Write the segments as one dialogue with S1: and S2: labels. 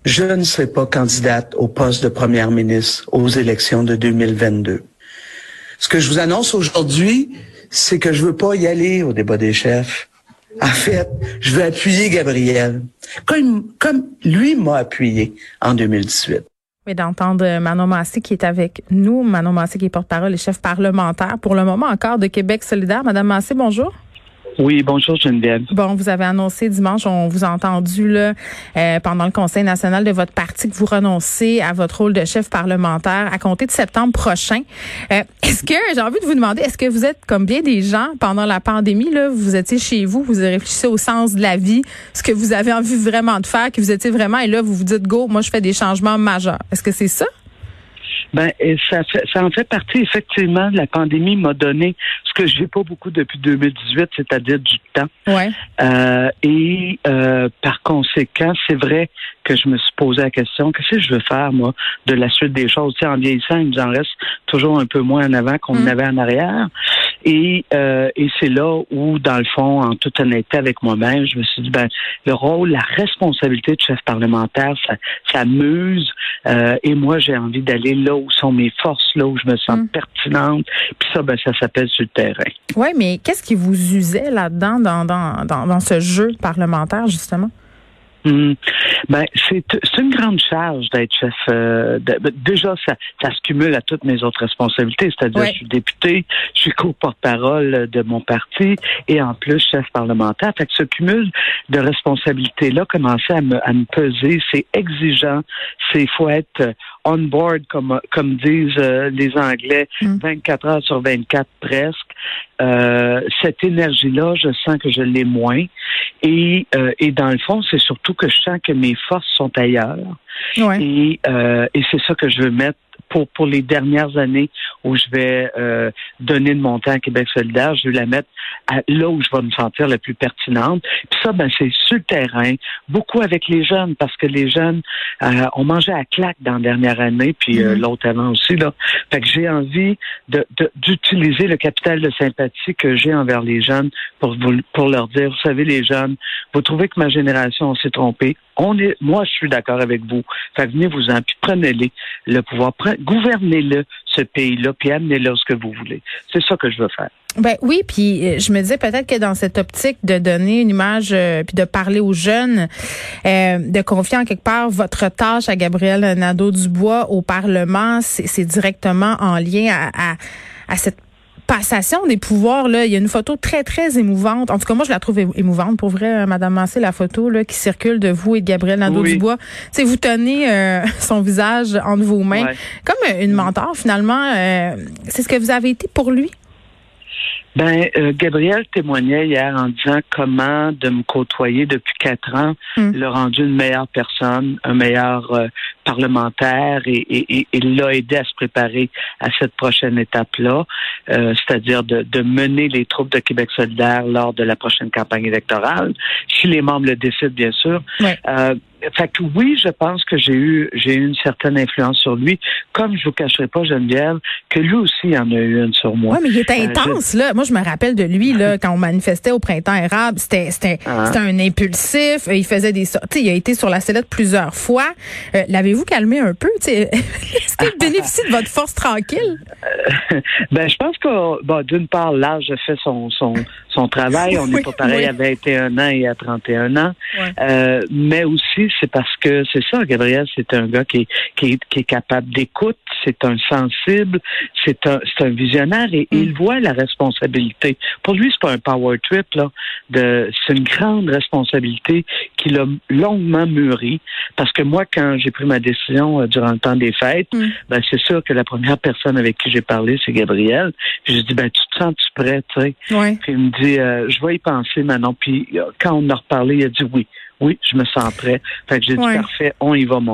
S1: Je ne serai pas candidate au poste de première ministre aux élections de 2022. Ce que je vous annonce aujourd'hui, c'est que je veux pas y aller au débat des chefs. En fait, je veux appuyer Gabriel, comme lui m'a appuyé en 2018.
S2: Oui, d'entendre Manon Massé qui est avec nous. Manon Massé qui est porte-parole et chef parlementaire pour le moment encore de Québec solidaire. Madame Massé, bonjour.
S3: Oui, bonjour Geneviève.
S2: Bon, vous avez annoncé dimanche, on vous a entendu là pendant le Conseil national de votre parti que vous renoncez à votre rôle de chef parlementaire à compter de septembre prochain. Est-ce que, j'ai envie de vous demander, est-ce que vous êtes comme bien des gens pendant la pandémie, là, vous étiez chez vous, vous réfléchissez au sens de la vie, ce que vous avez envie vraiment de faire, que vous étiez vraiment, et là, vous vous dites, go, moi je fais des changements majeurs. Est-ce que c'est ça?
S3: Ben, ça en fait partie, effectivement. La pandémie m'a donné ce que j'ai pas beaucoup depuis 2018, c'est-à-dire du temps.
S2: Ouais.
S3: Par conséquent, c'est vrai que je me suis posé la question, qu'est-ce que je veux faire, moi, de la suite des choses? Tu sais, en vieillissant, il nous en reste toujours un peu moins en avant qu'on en avait en arrière. Et c'est là où, dans le fond, en toute honnêteté avec moi-même, je me suis dit, ben, le rôle, la responsabilité de chef parlementaire, ça m'use. Et moi, j'ai envie d'aller là où sont mes forces, là où je me sens pertinente. Puis ça, ben, ça s'appelle sur le terrain. Oui,
S2: mais qu'est-ce qui vous usait là-dedans, dans ce jeu parlementaire, justement?
S3: Ben, c'est une grande charge d'être chef. Déjà, ça se cumule à toutes mes autres responsabilités, c'est-à-dire je suis député, je suis co-porte-parole de mon parti et en plus chef parlementaire. Fait que ce cumul de responsabilités-là commençait à me peser. C'est exigeant, faut être on board, comme disent les Anglais, 24 heures sur 24 presque. Cette énergie-là, je sens que je l'ai moins. Et dans le fond, c'est surtout que je sens que mes forces sont ailleurs. Ouais. Et c'est ça que je veux mettre pour les dernières années où je vais donner de mon temps à Québec solidaire. Je veux la mettre là où je vais me sentir la plus pertinente. Puis ça, ben c'est sur le terrain, beaucoup avec les jeunes, parce que les jeunes ont mangé à claque dans la dernière année, puis l'autre avant aussi, là. Fait que j'ai envie d'utiliser le capital de sympathie que j'ai envers les jeunes pour leur dire, vous savez, les jeunes, vous trouvez que ma génération s'est trompée. Moi, je suis d'accord avec vous. Fait que venez-vous-en, puis prenez-les, le pouvoir, gouvernez-le, ce pays-là, puis amenez-le ce que vous voulez. C'est ça que je veux faire.
S2: Ben oui, puis je me disais peut-être que dans cette optique de donner une image puis de parler aux jeunes, de confier en quelque part votre tâche à Gabriel Nadeau-Dubois au Parlement, c'est directement en lien à cette passation des pouvoirs, là. Il y a une photo très, très émouvante. En tout cas, moi, je la trouve émouvante. Pour vrai, Madame Massé, la photo là qui circule de vous et de Gabriel Nadeau-Dubois. Tu sais, vous tenez son visage entre vos mains. Ouais. Comme une mentor, finalement. C'est ce que vous avez été pour lui?
S3: Ben, Gabriel témoignait hier en disant comment de me côtoyer depuis 4 ans l'a rendu une meilleure personne, un meilleur parlementaire et l'a aidé à se préparer à cette prochaine étape-là, c'est-à-dire de mener les troupes de Québec solidaire lors de la prochaine campagne électorale, si les membres le décident, bien sûr. Ouais. Fait que oui, je pense que j'ai eu une certaine influence sur lui, comme je vous cacherai pas, Geneviève, que lui aussi en a eu une sur moi.
S2: Oui, mais il était intense, là. Moi, je me rappelle de lui, là, quand on manifestait au Printemps érable, c'était un impulsif, il faisait des... Tu sais, il a été sur la sellette plusieurs fois. L'avez-vous calmé un peu, tu sais? Est-ce qu'il bénéficie de votre force tranquille?
S3: Ben, je pense que, bon, d'une part, l'âge a fait son travail. On n'est pas pareil à 21 ans et à 31 ans. Ouais. Mais aussi, c'est parce que c'est ça, Gabriel, c'est un gars qui est capable d'écoute, c'est un sensible, c'est un visionnaire et il voit la responsabilité. Pour lui, c'est pas un power trip, là. C'est une grande responsabilité qu'il a longuement mûri. Parce que moi, quand j'ai pris ma décision durant le temps des fêtes, ben c'est sûr que la première personne avec qui j'ai parlé, c'est Gabriel. Puis j'ai dit, ben tu te sens-tu prêt, tu sais? Ouais. Puis il me dit, je vais y penser maintenant. Puis quand on a reparlé, il a dit oui. Oui, je me sens prêt. Fait que j'ai dit, parfait, on y va moi-même.
S2: Moi,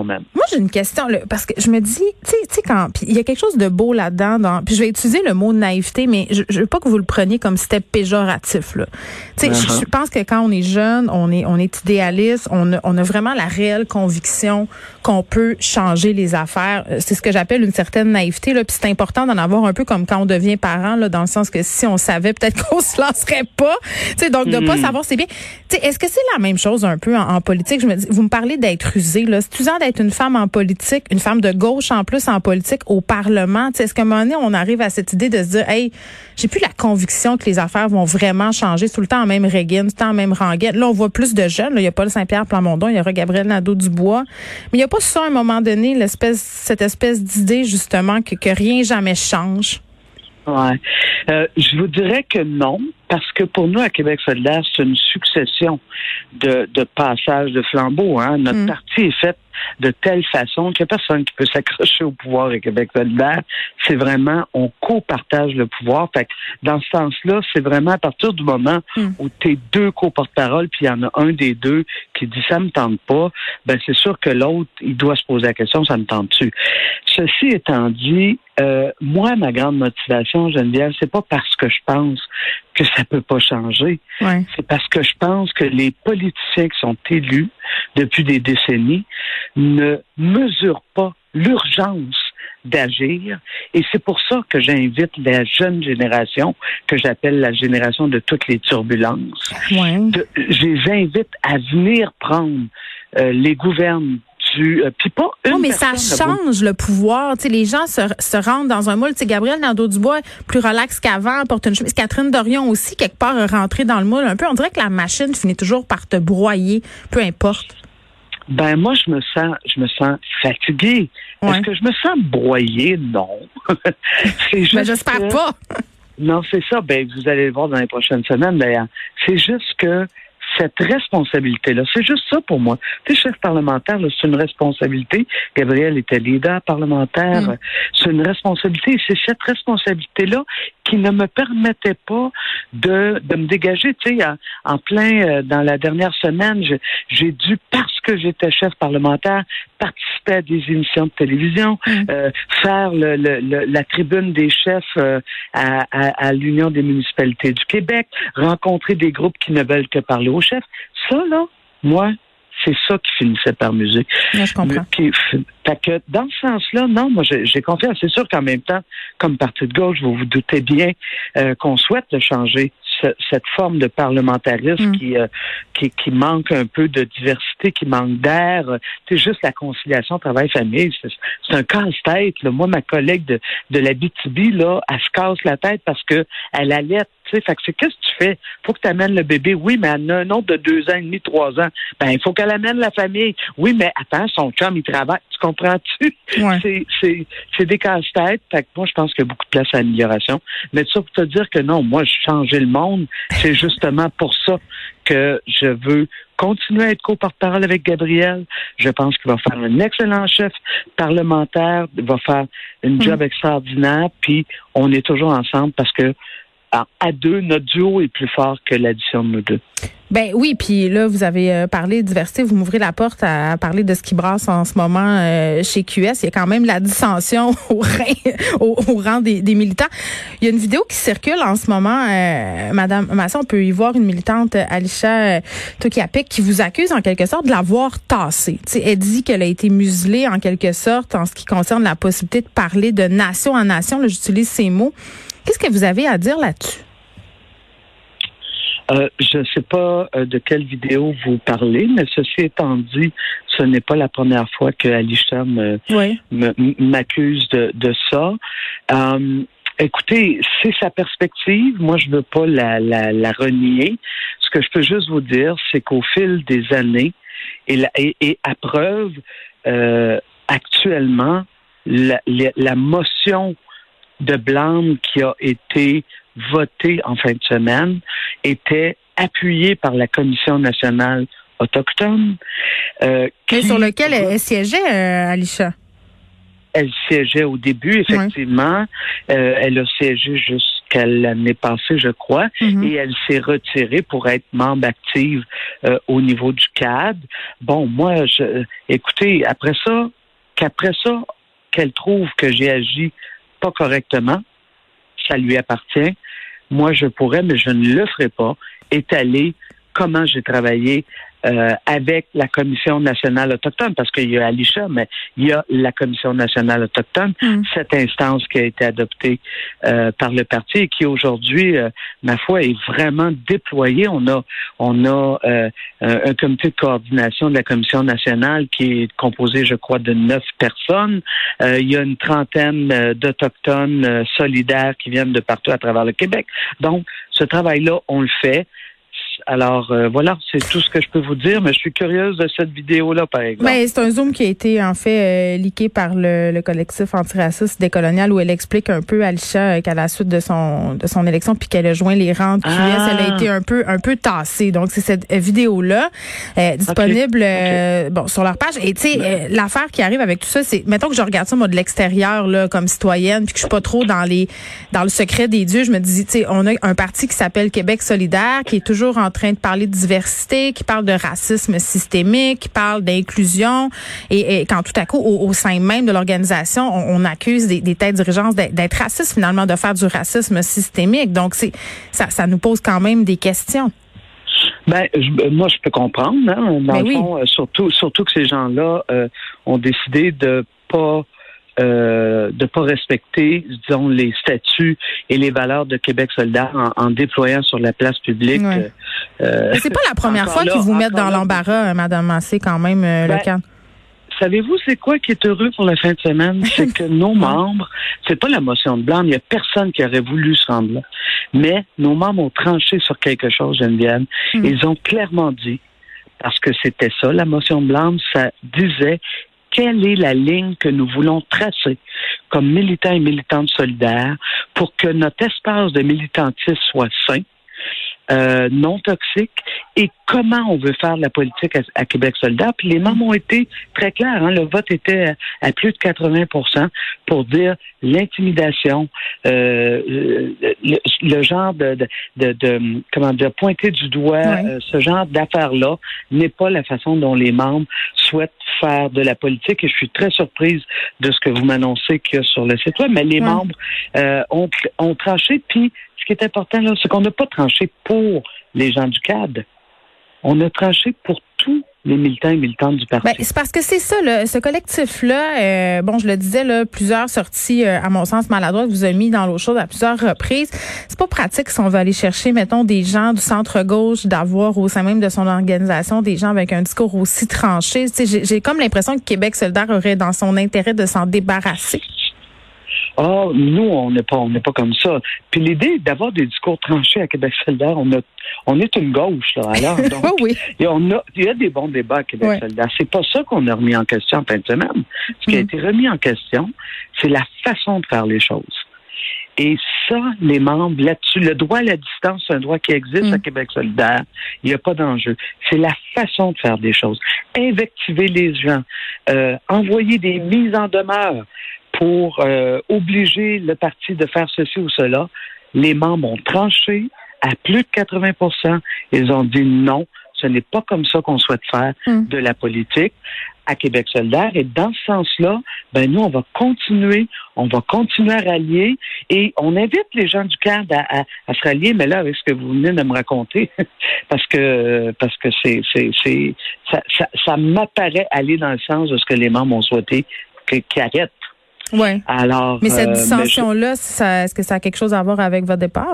S2: j'ai une question, là, parce que je me dis, tu sais, quand, puis il y a quelque chose de beau là-dedans, puis je vais utiliser le mot naïveté, mais je veux pas que vous le preniez comme si c'était péjoratif, là. Tu sais, je pense que quand on est jeune, on est idéaliste, on a vraiment la réelle conviction qu'on peut changer les affaires. C'est ce que j'appelle une certaine naïveté, là, puis c'est important d'en avoir un peu comme quand on devient parent, là, dans le sens que si on savait, peut-être qu'on se lancerait pas. Tu sais, donc de pas savoir, c'est bien. Tu sais, est-ce que c'est la même chose un peu en politique? Je me dis, vous me parlez d'être usé, là. C'est usant d'être une femme en politique, une femme de gauche en plus en politique au Parlement. Tu sais, est-ce qu'à un moment donné, on arrive à cette idée de se dire, hey, j'ai plus la conviction que les affaires vont vraiment changer. C'est tout le temps en même Reagan, tout le temps en même rengaine. Là, on voit plus de jeunes. Là, il y a Paul Saint-Pierre Plamondon, il y aura Gabriel Nadeau-Dubois. Mais il n'y a pas ça, à un moment donné, cette espèce d'idée, justement, que rien jamais change.
S3: Ouais. Je vous dirais que non, parce que pour nous, à Québec solidaire, c'est une succession de passages de flambeau. Hein. Notre parti est fait de telle façon qu'il n'y a personne qui peut s'accrocher au pouvoir à Québec solidaire. C'est vraiment, on co-partage le pouvoir. Fait que dans ce sens-là, c'est vraiment à partir du moment où t'es deux co-porte-parole, puis il y en a un des deux qui dit ça me tente pas, ben c'est sûr que l'autre, il doit se poser la question, ça me tente-tu? Ceci étant dit, moi, ma grande motivation, Geneviève, c'est pas parce que je pense que ça peut pas changer. Ouais. C'est parce que je pense que les politiciens qui sont élus depuis des décennies ne mesurent pas l'urgence d'agir. Et c'est pour ça que j'invite la jeune génération, que j'appelle la génération de toutes les turbulences. Ouais. Je les invite à venir prendre les gouvernes puis pas une
S2: mais ça change le pouvoir. Tu sais, les gens se rendent dans un moule. Tu sais, Gabriel Nadeau-Dubois, plus relax qu'avant, porte une chemise. Catherine Dorion aussi, quelque part, est rentrée dans le moule un peu. On dirait que la machine finit toujours par te broyer, peu importe.
S3: Ben moi, je me sens fatiguée. Ouais. Est-ce que je me sens broyée? Non.
S2: C'est juste. Mais j'espère pas.
S3: Non, c'est ça. Ben vous allez le voir dans les prochaines semaines. D'ailleurs, c'est juste que cette responsabilité-là, c'est juste ça pour moi. Tu sais, chef parlementaire, là, c'est une responsabilité. Gabriel était leader parlementaire. C'est une responsabilité. Et c'est cette responsabilité-là qui ne me permettait pas de me dégager. Tu sais, en plein, dans la dernière semaine, j'ai dû, parce que j'étais chef parlementaire, participer à des émissions de télévision, faire la tribune des chefs à l'Union des municipalités du Québec, rencontrer des groupes qui ne veulent que parler aux chefs. Ça, là, moi, c'est ça qui finissait par m'user.
S2: Je comprends.
S3: Fait que dans ce sens-là, non, moi, j'ai confiance. C'est sûr qu'en même temps, comme parti de gauche, vous vous doutez bien qu'on souhaite changer cette forme de parlementarisme qui manque un peu de diversité, qui manque d'air. C'est juste la conciliation travail-famille. C'est un casse-tête. Là. Moi, ma collègue de l'Abitibi, là, elle se casse la tête parce que elle allait. Fait que c'est qu'est-ce que tu fais? Faut que tu amènes le bébé. Oui, mais elle a un autre de 2 ans et demi, 3 ans. Ben, il faut qu'elle amène la famille. Oui, mais attends, son chum, il travaille. Tu comprends-tu? Ouais. C'est des casse-têtes. Fait que moi, je pense qu'il y a beaucoup de place à l'amélioration. Mais ça pour te dire que non, moi, je changeais le monde. C'est justement pour ça que je veux continuer à être co-porte-parole avec Gabriel. Je pense qu'il va faire un excellent chef parlementaire. Il va faire une job extraordinaire. Puis, on est toujours ensemble parce que à deux, notre duo est plus fort que l'addition de nous deux.
S2: Ben oui, puis là, vous avez parlé de diversité, vous m'ouvrez la porte à parler de ce qui brasse en ce moment chez QS. Il y a quand même la dissension au rang des militants. Il y a une vidéo qui circule en ce moment, Madame Masson, on peut y voir une militante, Alisha Tokiapek, qui vous accuse en quelque sorte de l'avoir tassée. Tu sais, elle dit qu'elle a été muselée en quelque sorte en ce qui concerne la possibilité de parler de nation en nation. Là, j'utilise ces mots. Qu'est-ce que vous avez à dire là-dessus?
S3: Je ne sais pas de quelle vidéo vous parlez, mais ceci étant dit, ce n'est pas la première fois que Alisha m'accuse de ça. Écoutez, c'est sa perspective. Moi, je ne veux pas la renier. Ce que je peux juste vous dire, c'est qu'au fil des années, et à preuve, actuellement, la motion de blâme qui a été votée en fin de semaine était appuyée par la Commission nationale autochtone.
S2: Sur lequel elle siégeait, Alisha?
S3: Elle siégeait au début, effectivement. Elle a siégé jusqu'à l'année passée, je crois, et elle s'est retirée pour être membre active au niveau du CAD. Bon, moi, écoutez, après ça, qu'après ça, qu'elle trouve que j'ai agi pas correctement, ça lui appartient. Moi, je pourrais, mais je ne le ferai pas, étaler comment j'ai travaillé avec la Commission nationale autochtone, parce qu'il y a Alisha, mais il y a la Commission nationale autochtone, cette instance qui a été adoptée par le parti et qui aujourd'hui, ma foi, est vraiment déployée. On a un comité de coordination de la Commission nationale qui est composé, je crois, de 9 personnes. Il y a une trentaine d'Autochtones solidaires qui viennent de partout à travers le Québec. Donc, ce travail-là, on le fait. Alors, voilà, c'est tout ce que je peux vous dire, mais je suis curieuse de cette vidéo-là, par exemple.
S2: Ben, c'est un Zoom qui a été, en fait, leaké par le collectif antiraciste décolonial où elle explique un peu, Alisha, qu'à la suite de son élection, puis qu'elle a joint les rangs de QS, elle a été un peu tassée. Donc, c'est cette vidéo-là, disponible, bon, sur leur page. Et, tu sais, l'affaire qui arrive avec tout ça, c'est, mettons que je regarde ça, moi, de l'extérieur, là, comme citoyenne, puis que je suis pas trop dans le secret des dieux, je me dis, tu sais, on a un parti qui s'appelle Québec solidaire, qui est toujours en train de parler de diversité, qui parle de racisme systémique, qui parle d'inclusion, et quand tout à coup, au sein même de l'organisation, on accuse des têtes dirigeantes d'être racistes, finalement, de faire du racisme systémique. Donc, ça nous pose quand même des questions.
S3: Ben, moi, je peux comprendre, hein, dans le fond, surtout que ces gens-là ont décidé de pas respecter, disons, les statuts et les valeurs de Québec solidaire en déployant sur la place publique.
S2: Ouais. C'est pas la première fois qu'ils vous mettent dans l'embarras, Mme Massé, quand même, le camp.
S3: Savez-vous, c'est quoi qui est heureux pour la fin de semaine? C'est que nos membres, c'est pas la motion de blâme, il y a personne qui aurait voulu se rendre là. Mais nos membres ont tranché sur quelque chose, Geneviève. Ils ont clairement dit, parce que c'était ça, la motion de blâme, ça disait quelle est la ligne que nous voulons tracer comme militants et militantes solidaires pour que notre espace de militantisme soit sain, non toxique, et comment on veut faire la politique à Québec solidaire. Puis les membres ont été très clairs. Hein, le vote était à plus de 80% pour dire l'intimidation, le genre comment dire, pointer du doigt, ce genre d'affaires-là n'est pas la façon dont les membres souhaitent faire de la politique. Et je suis très surprise de ce que vous m'annoncez qu'il y a sur le site web. Mais les membres ont tranché. Puis ce qui est important, là, c'est qu'on n'a pas tranché pour les gens du CAD. On a tranché pour tous les militants et militantes du parti. Ben,
S2: c'est parce que c'est ça, là, ce collectif-là, bon, je le disais, là, plusieurs sorties, à mon sens, maladroites, vous avez mis dans l'eau chaude à plusieurs reprises. C'est pas pratique si on veut aller chercher, mettons, des gens du centre-gauche, d'avoir au sein même de son organisation des gens avec un discours aussi tranché. Tu sais, j'ai comme l'impression que Québec solidaire aurait dans son intérêt de s'en débarrasser.
S3: Oh, nous, on n'est pas comme ça. Puis l'idée d'avoir des discours tranchés à Québec solidaire, on est une gauche, là. Alors, donc,
S2: oui.
S3: il y a des bons débats à Québec solidaire. C'est pas ça qu'on a remis en question en fin de semaine. Ce qui a été remis en question, c'est la façon de faire les choses. Et ça, les membres, là-dessus, le droit à la distance, c'est un droit qui existe à Québec solidaire. Il n'y a pas d'enjeu. C'est la façon de faire des choses. Invectiver les gens, envoyer des mises en demeure pour obliger le parti de faire ceci ou cela. Les membres ont tranché à plus de 80%. Ils ont dit non, ce n'est pas comme ça qu'on souhaite faire de la politique à Québec solidaire. Et dans ce sens-là, ben nous, on va continuer à rallier et on invite les gens du CAD à se rallier, mais là, avec ce que vous venez de me raconter, parce que ça m'apparaît aller dans le sens de ce que les membres ont souhaité qu'ils arrêtent.
S2: Ouais.
S3: Alors,
S2: mais cette dissension-là, est-ce que ça a quelque chose à voir avec votre départ?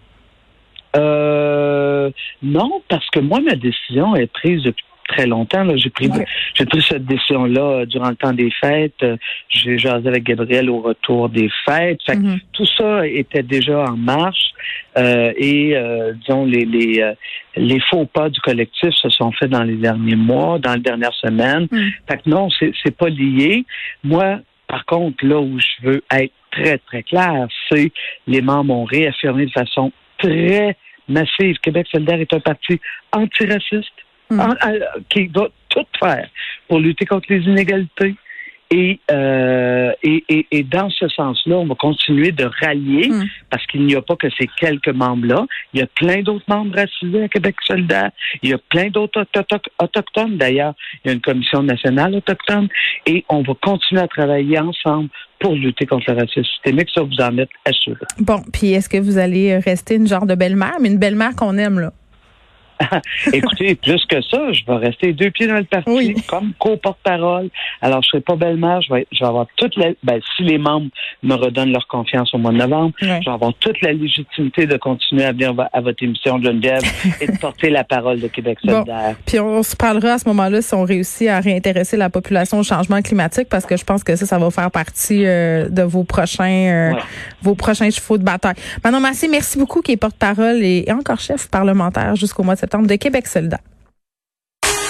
S3: Non, parce que moi, ma décision est prise depuis très longtemps. Là. J'ai pris cette décision-là durant le temps des fêtes. J'ai jasé avec Gabriel au retour des fêtes. Fait que tout ça était déjà en marche. Disons, les faux pas du collectif se sont faits dans les derniers mois, dans les dernières semaines. Fait que non, c'est pas lié. Moi, par contre, là où je veux être très, très clair, c'est les membres ont réaffirmé de façon très massive. Québec solidaire est un parti antiraciste qui doit tout faire pour lutter contre les inégalités, Et dans ce sens-là, on va continuer de rallier parce qu'il n'y a pas que ces quelques membres-là. Il y a plein d'autres membres racisés à Québec solidaire. Il y a plein d'autres autochtones. D'ailleurs, il y a une commission nationale autochtone. Et on va continuer à travailler ensemble pour lutter contre le racisme systémique. Ça, vous en êtes assurés.
S2: Bon, puis est-ce que vous allez rester une genre de belle-mère, mais une belle-mère qu'on aime, là?
S3: Écoutez, plus que ça, je vais rester 2 pieds dans le parti comme co-porte-parole. Alors, je serai pas belle-mère, je vais avoir si les membres me redonnent leur confiance au mois de novembre, je vais avoir toute la légitimité de continuer à venir à votre émission de Geneviève et de porter la parole de Québec solidaire.
S2: Bon, puis on se parlera à ce moment-là si on réussit à réintéresser la population au changement climatique, parce que je pense que ça va faire partie de vos prochains chevaux de bataille. Manon Massé, merci beaucoup, qui est porte-parole et encore chef parlementaire jusqu'au mois de septembre de Québec solidaire.